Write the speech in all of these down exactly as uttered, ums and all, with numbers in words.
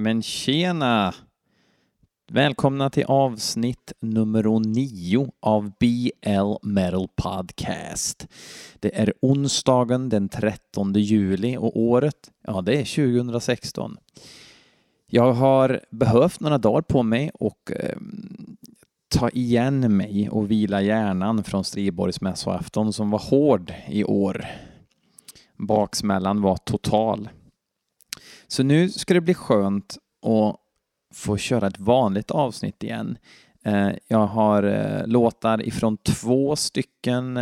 Men tjena! Välkomna till avsnitt nummer nio av B L Metal Podcast. Det är onsdagen den trettonde juli och året, ja det är tjugohundrasexton. Jag har behövt några dagar på mig och eh, ta igen mig och vila hjärnan från Striborgs mässoafton som var hård i år. Baksmällan var total. Så nu ska det bli skönt att få köra ett vanligt avsnitt igen. Jag har låtar ifrån två stycken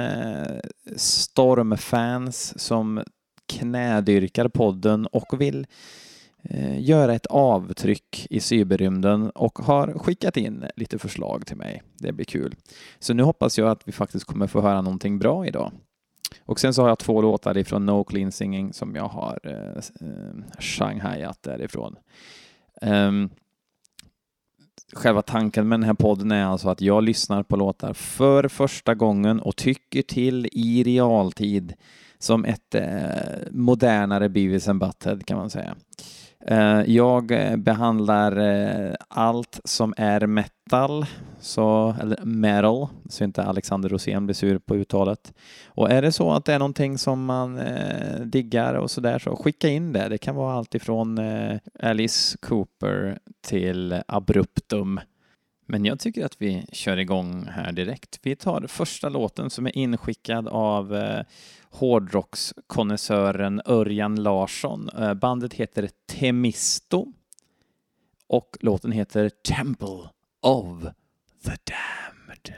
stormfans som knädyrkar podden och vill göra ett avtryck i cyberrymden och har skickat in lite förslag till mig. Det blir kul. Så nu hoppas jag att vi faktiskt kommer få höra någonting bra idag. Och sen så har jag två låtar ifrån No Clean Singing som jag har eh, shanghaiat därifrån. Um, själva tanken med den här podden är alltså att jag lyssnar på låtar för första gången och tycker till i realtid som ett eh, modernare Beavis and Butthead kan man säga. Uh, jag behandlar uh, allt som är metal, så, eller metal, så inte Alexander Rosén blir sur på uttalet. Och är det så att det är någonting som man uh, diggar och sådär, så skicka in det. Det kan vara allt ifrån uh, Alice Cooper till Abruptum. Men jag tycker att vi kör igång här direkt. Vi tar första låten som är inskickad av uh, hårdrockskonnässören Örjan Larsson. Uh, bandet heter Temisto och låten heter Temple of the Damned.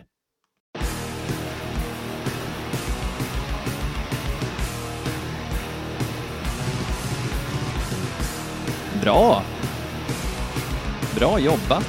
Bra! Bra jobbat!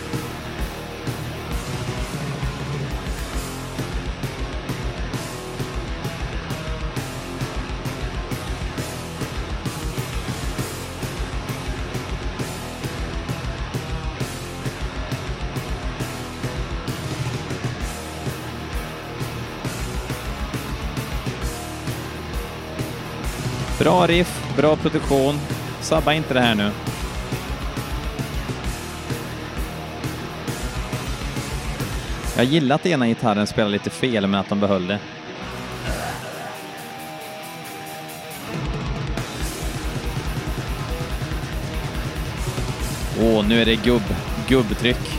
Bra riff, bra produktion. Sabba inte det här nu. Jag gillar att ena gitarren spelar lite fel men att de behöll det. Åh, nu är det gubb, gubbtryck.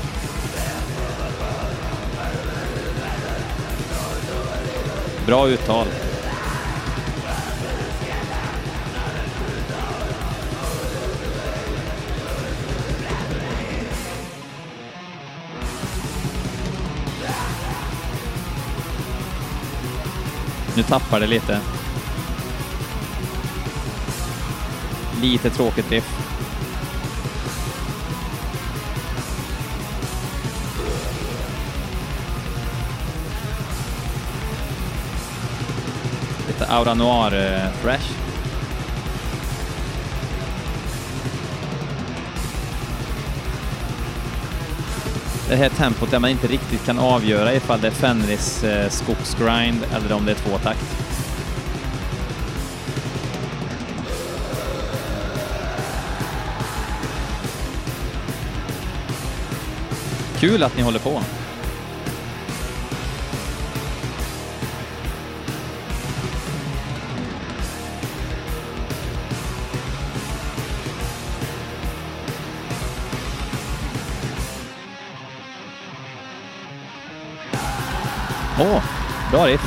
Bra uttal. Nu tappar det lite. Lite tråkigt riff. Lite Aura Noir uh, fresh. Det här tempot där man inte riktigt kan avgöra ifall det är Fenris eh, skogsgrind eller om det är tvåtakt. Kul att ni håller på. Åh, oh, bra riff.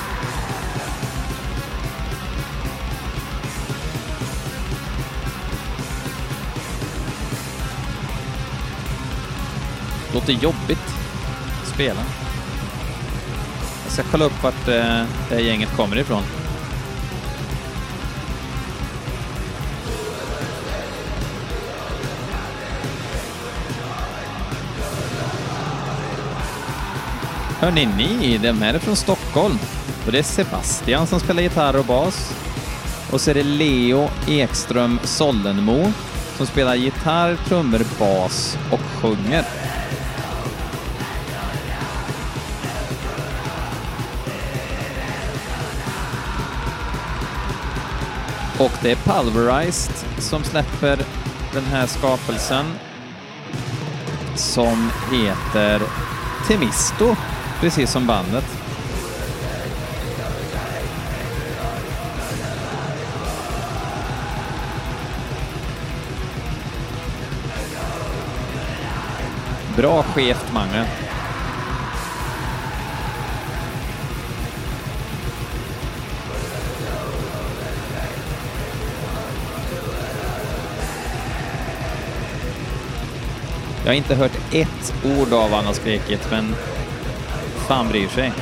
Låter jobbigt att spela. Jag ska kolla upp vart eh, det här gänget kommer ifrån. Hörrni, ni, de här är från Stockholm. Och det är Sebastian som spelar gitarr och bas. Och så är det Leo Ekström Sollenmo som spelar gitarr, trummor, bas och sjunger. Och det är Pulverized som släpper den här skapelsen som heter Themisto, precis som bandet. Bra skevt, Mange. Jag har inte hört ett ord av han har skrikit, men fan bryr sig.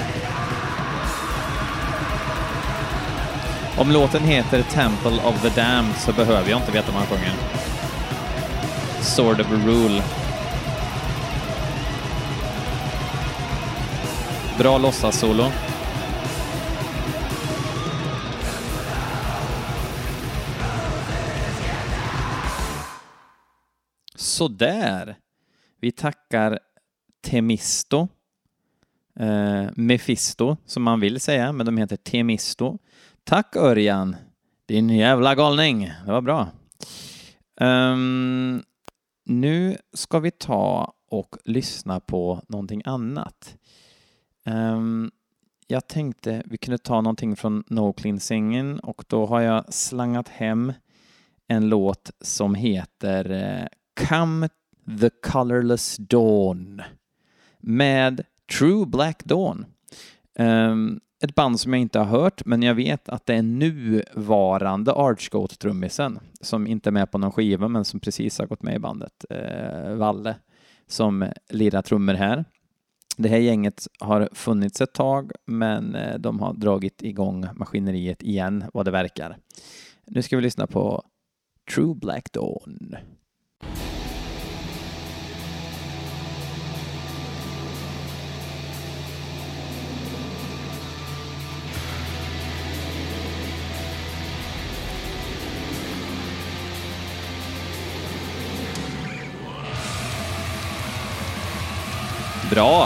Om låten heter Temple of the Damned så behöver jag inte veta vad han sjunger. Sword of a Rule. Bra låtsas-solo. Så där. Vi tackar Themisto. Eh, Mephisto, som man vill säga, men de heter Themisto. Tack Örjan. Din jävla galning. Det var bra. Um, nu ska vi ta och lyssna på någonting annat. Um, jag tänkte vi kunde ta någonting från No Clean Singing, och då har jag slangat hem en låt som heter uh, Come the Colorless Dawn med True Black Dawn. Um, ett band som jag inte har hört, men jag vet att det är nuvarande Archgoat-trummisen som inte är med på någon skiva, men som precis har gått med i bandet, uh, Valle, som lirar trummor här. Det här gänget har funnits ett tag, men de har dragit igång maskineriet igen, vad det verkar. Nu ska vi lyssna på True Black Dawn. Bra!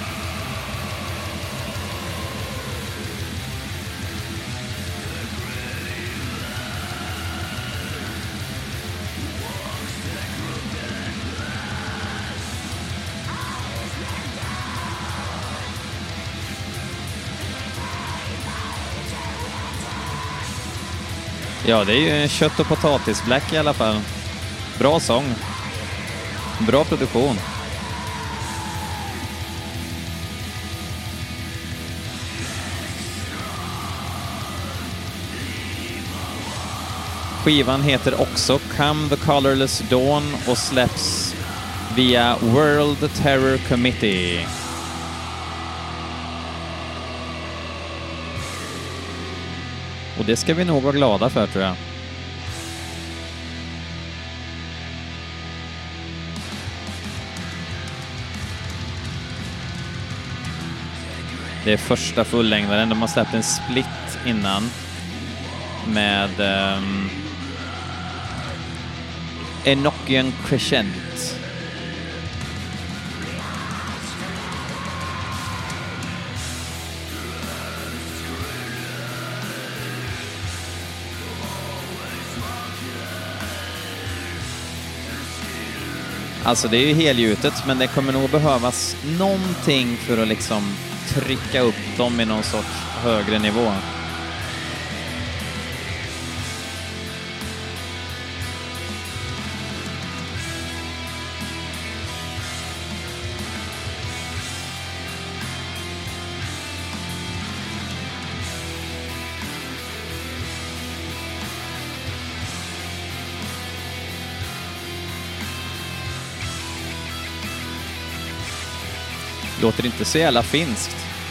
Ja, det är ju kött och potatis black i alla fall. Bra sång. Bra produktion. Skivan heter också Come the Colorless Dawn och släpps via World Terror Committee. Och det ska vi nog vara glada för, tror jag. Det är första fullängdaren. De har släppt en split innan med um, Enochian Crescent. Alltså det är ju helgjutet, men det kommer nog behövas någonting för att liksom trycka upp dem i någon sorts högre nivå. Låter inte så jävla finskt.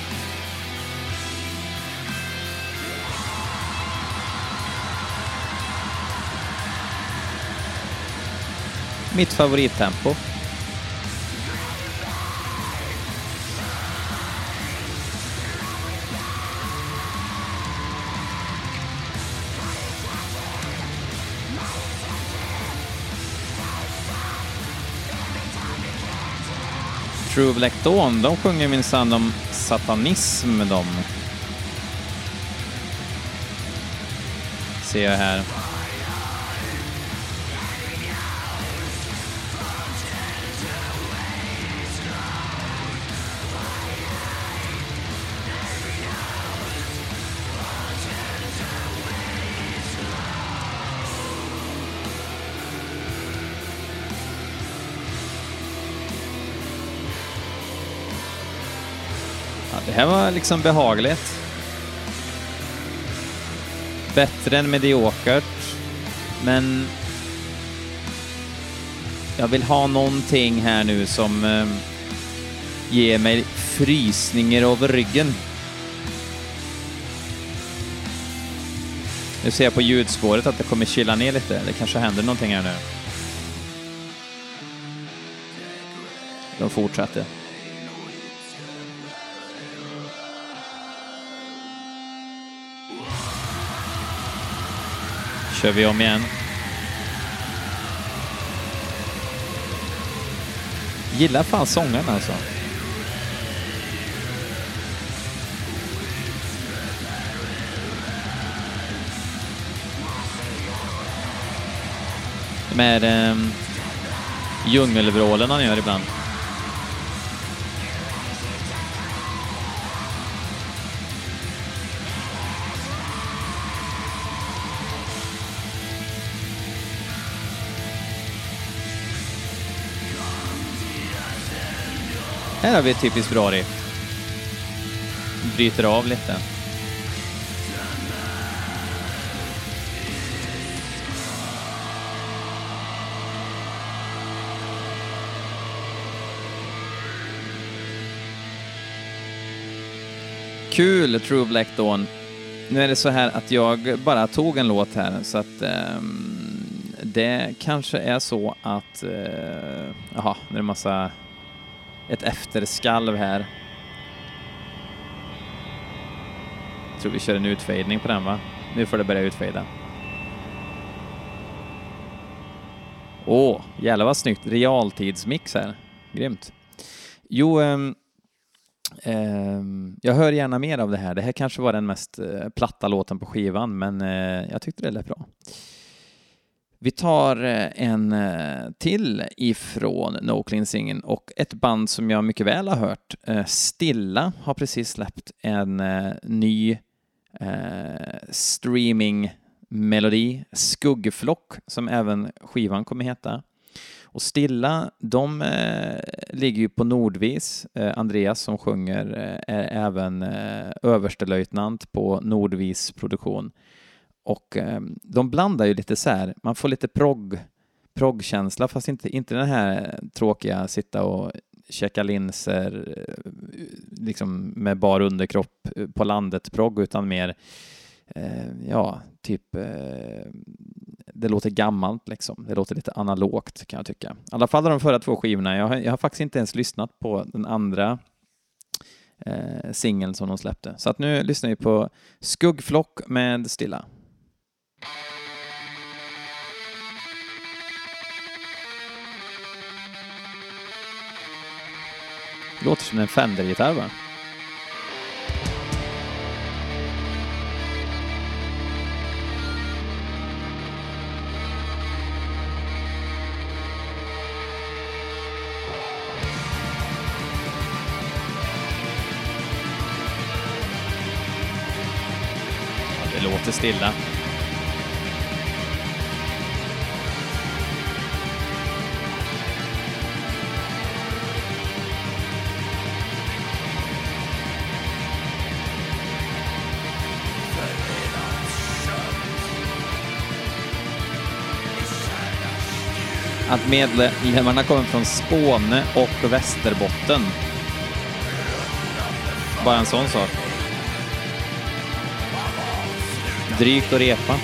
Mitt favorittempo. True Black Dawn, de sjunger minsann om satanism, de. Ser jag här. Det här var liksom behagligt. Bättre än mediokert. Men jag vill ha någonting här nu som eh, ger mig frysningar över ryggen. Nu ser jag på ljudspåret att det kommer chilla ner lite. Det kanske händer någonting här nu. De fortsätter. Kör vi om igen. Gillar fan sången alltså. Med eh, djungelvrålen han gör ibland. Här har vi ett typiskt bra riff. Bryter av lite. Kul, True Black Dawn. Nu är det så här att jag bara tog en låt här så att um, det kanske är så att uh, jaha, det är en massa ett efterskalv här. Jag tror vi kör en utfadning på den, va? Nu får det börja utfada. Åh, jävlar vad snyggt. Realtidsmix här. Grymt. Jo, um, um, jag hör gärna mer av det här. Det här kanske var den mest uh, platta låten på skivan, men uh, jag tyckte det lät bra. Vi tar en till ifrån No Cleansing och ett band som jag mycket väl har hört. Stilla har precis släppt en ny eh, streaming-melodi, Skuggflock, som även skivan kommer heta. Och Stilla, de eh, ligger ju på Nordvis. Eh, Andreas som sjunger eh, är även eh, överstelöjtnant på Nordvis produktion. Och eh, de blandar ju lite så här, man får lite progg, proggkänsla, fast inte, inte den här tråkiga sitta och checka linser liksom med bar underkropp på landet progg, utan mer eh, ja, typ eh, det låter gammalt liksom, det låter lite analogt kan jag tycka. I alla fall de förra två skivorna, jag har, jag har faktiskt inte ens lyssnat på den andra eh, singeln som de släppte. Så att nu lyssnar vi på Skuggflock med Stilla. Låter som en Fender-gitarr, va? Ja, det låter stilla. Att medlemmarna kommer från Skåne och Västerbotten. Bara en sån sak. Drygt och repa.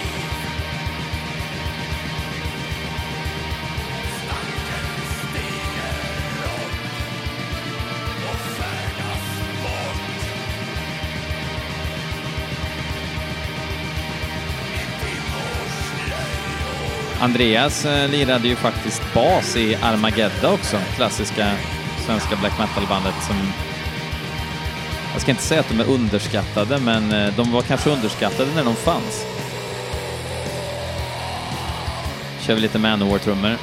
Andreas eh, lirade ju faktiskt bas i Armageddon också, klassiska svenska black metal-bandet som, jag ska inte säga att de är underskattade, men eh, de var kanske underskattade när de fanns. Kör vi lite Manowar-trummor.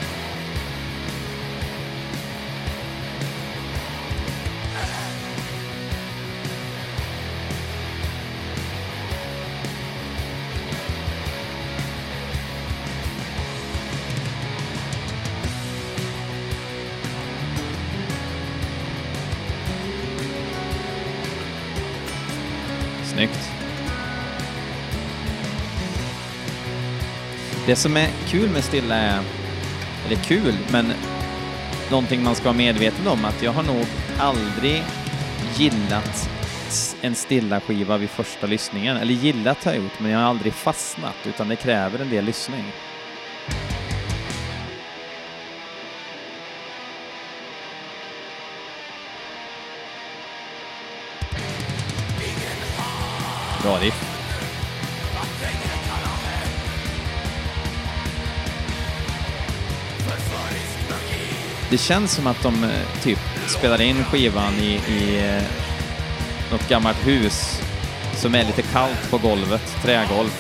Det som är kul med Stilla är, eller kul, men någonting man ska vara medveten om, att jag har nog aldrig gillat en Stilla-skiva vid första lyssningen. Eller gillat har jag gjort, men jag har aldrig fastnat, utan det kräver en del lyssning. Bra riff. Det känns som att de typ spelar in skivan i, i något gammalt hus som är lite kallt på golvet, trägolv.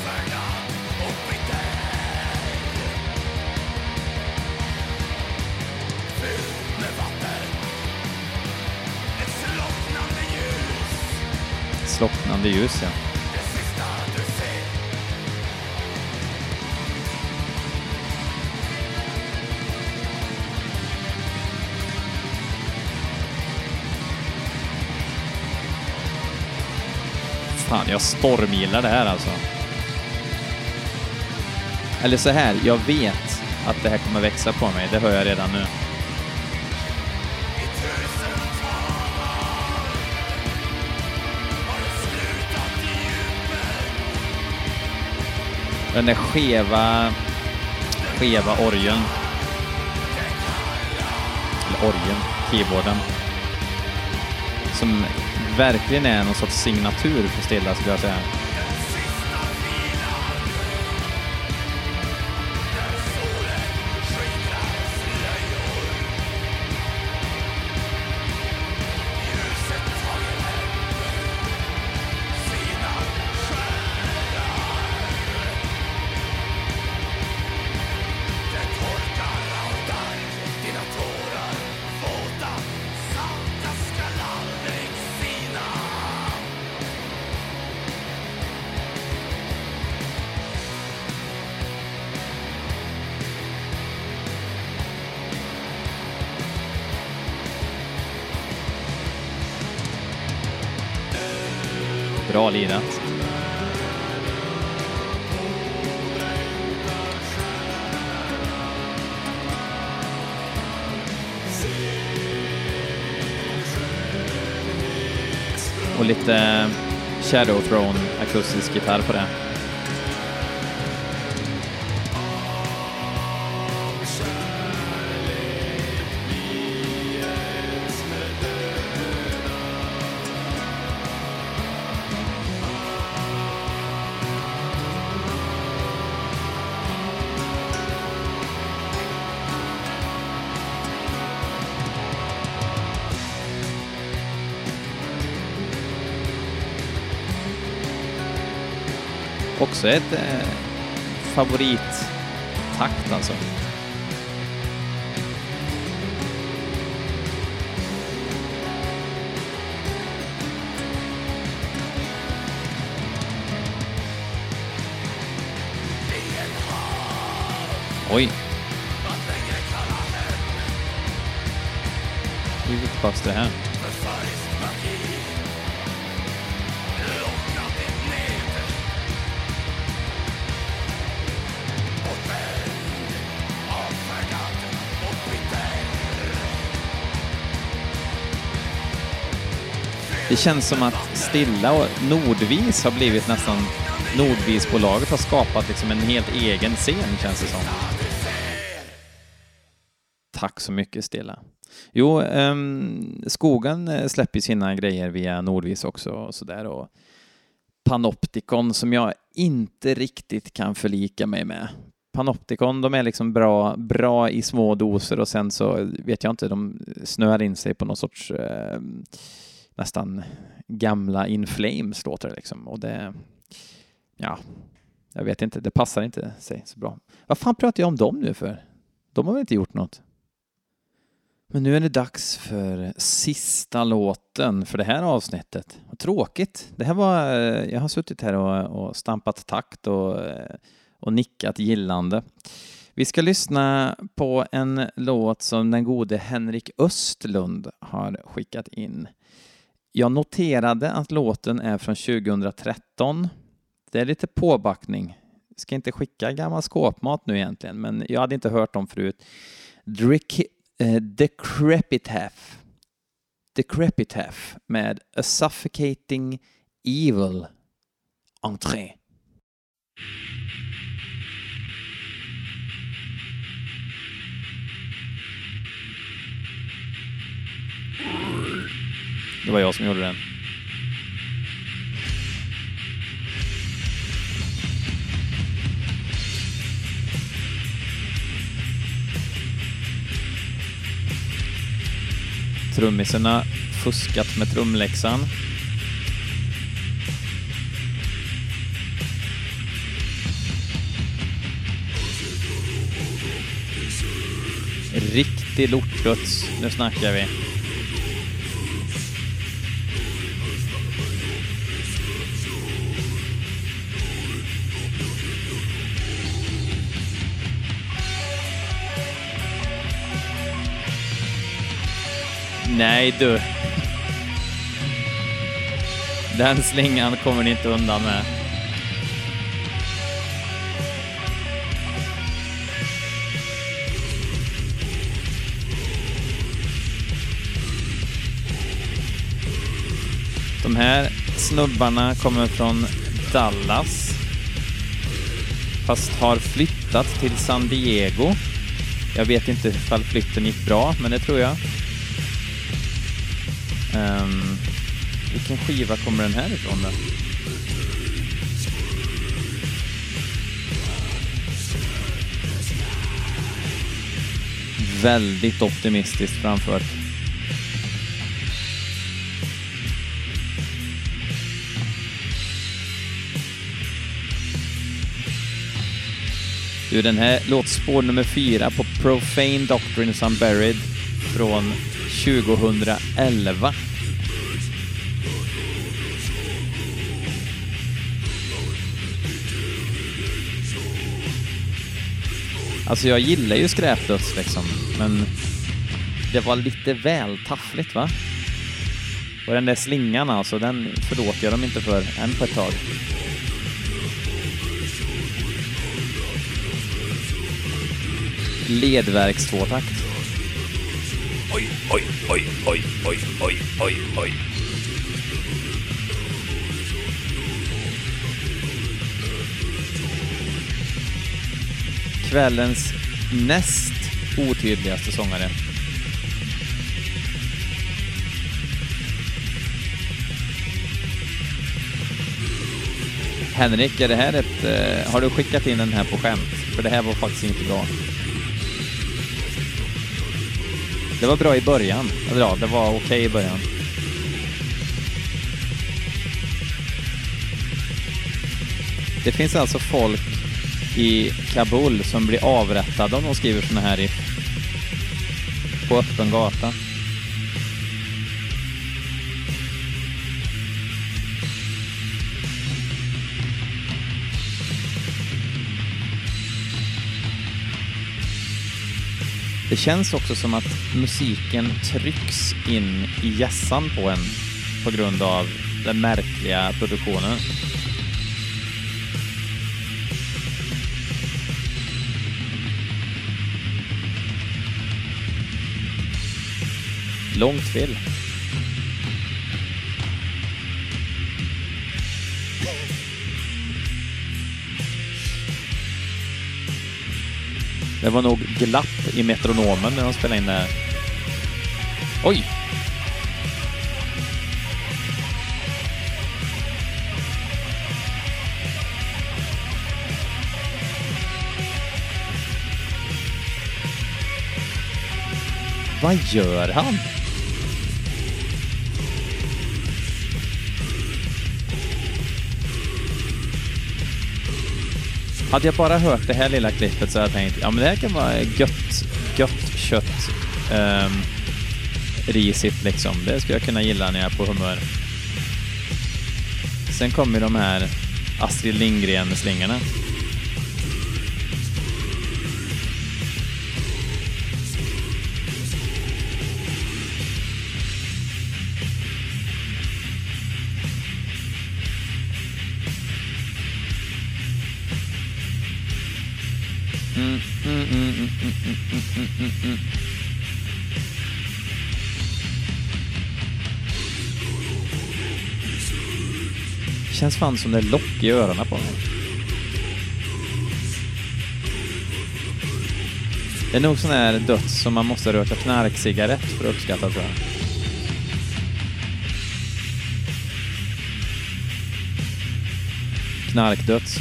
Slocknande ljus, ja. Fan, jag stormgillar det här alltså. Eller så här, jag vet att det här kommer växa på mig. Det hör jag redan nu. Den där skeva skeva orgeln. Eller orgeln, keyboarden. Som verkligen är någon sorts signatur för Stilla, skulle jag säga. Bra lirat. Och lite Shadow Throne akustisk gitarr på det. Också ett eh, favorittakt alltså. Oj. Hur pass det här? Det känns som att Stilla och Nordvis har blivit nästan... Nordvisbolaget har skapat liksom en helt egen scen, känns det som. Tack så mycket, Stilla. Jo, um, Skogen släpper sina grejer via Nordvis också och sådär. Och Panopticon som jag inte riktigt kan förlika mig med. Panopticon, de är liksom bra, bra i små doser och sen så vet jag inte, de snöar in sig på någon sorts... Uh, nästan gamla In Flames låter det liksom. Och det, ja, jag vet inte, det passar inte sig så bra. Vad fan pratar jag om dem nu för? De har väl inte gjort något? Men nu är det dags för sista låten för det här avsnittet. Vad tråkigt. Det här var, jag har suttit här och, och stampat takt och, och nickat gillande. Vi ska lyssna på en låt som den gode Henrik Östlund har skickat in. Jag noterade att låten är från tjugohundratretton. Det är lite påbackning. ska inte skicka gammal skåpmat nu egentligen, men jag hade inte hört dem förut. Drick, eh, Decrepitaph. Decrepitaph med A Suffocating Evil Entré. Det var jag som gjorde den. Trummisarna fuskat med trumläxan. Riktig lortdöds. Nu snackar vi. Nej du. Den slingan kommer ni inte undan med. De här snubbarna kommer från Dallas, fast har flyttat till San Diego. Jag vet inte ifall flytten gick bra, men det tror jag. Um, vilken skiva kommer den här ifrån då? Väldigt optimistiskt framfört. Du, den här låtspår nummer fyra på Profane Doctrines Unburied från tjugohundraelva. Alltså jag gillar ju skräpdöds liksom, men det var lite väl taffligt, va? Och den där slingan alltså, den förlåter jag dem inte för än på ett tag. Ledverks tvåtakt. Oj, oj, oj, oj, oj, oj, oj, oj. Kvällens näst otydligaste sångare. Henrik, är det här ett... Uh, har du skickat in den här på skämt? För det här var faktiskt inte bra. Det var bra i början. Eller ja, det var okej okay i början. Det finns alltså folk i Kabul som blir avrättade om de skriver såna här i, på öppen gata. Det känns också som att musiken trycks in i hjässan på en på grund av den märkliga produktionen. Långt fel. Det var nog glapp i metronomen när de spelade in det här. Oj! Vad gör han? Hade jag bara hört det här lilla klippet så hade jag tänkt, ja men det här kan vara gött, gött kött um, risigt liksom. Det ska jag kunna gilla när jag är på humör. Sen kommer de här Astrid Lindgren-slingarna. mm, mm, mm. Känns fan som det är lock i öronen på mig. Det är nog sån här döds som man måste röka knarkcigarett för att uppskatta, tror jag. Knarkdöds.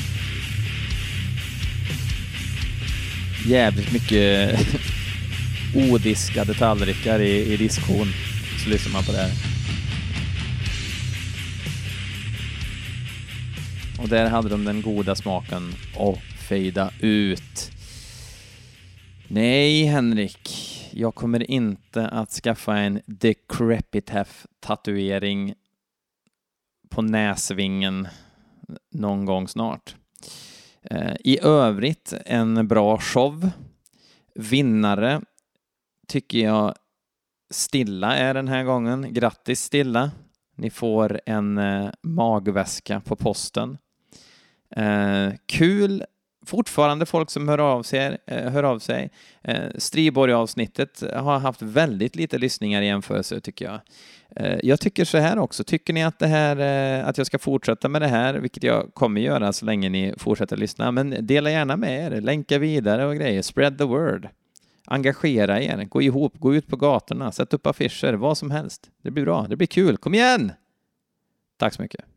Jävligt mycket odiskade tallrikar i, i diskhon. Så lyssnar man på det här. Och där hade de den goda smaken och fejda ut. Nej, Henrik. Jag kommer inte att skaffa en Decrepitef-tatuering på näsvingen någon gång snart. Eh, I övrigt en bra show. Vinnare tycker jag Stilla är den här gången. Grattis Stilla. Ni får en eh, magväska på posten. Eh, kul. Fortfarande folk som hör av sig. Eh, hör av sig. Eh, Striborg-avsnittet har haft väldigt lite lyssningar i jämförelse, tycker jag. Eh, jag tycker så här också. Tycker ni att, det här, eh, att jag ska fortsätta med det här, vilket jag kommer göra så länge ni fortsätter lyssna, men dela gärna med er. Länka vidare och grejer. Spread the word. Engagera er. Gå ihop. Gå ut på gatorna. Sätt upp affischer. Vad som helst. Det blir bra. Det blir kul. Kom igen! Tack så mycket.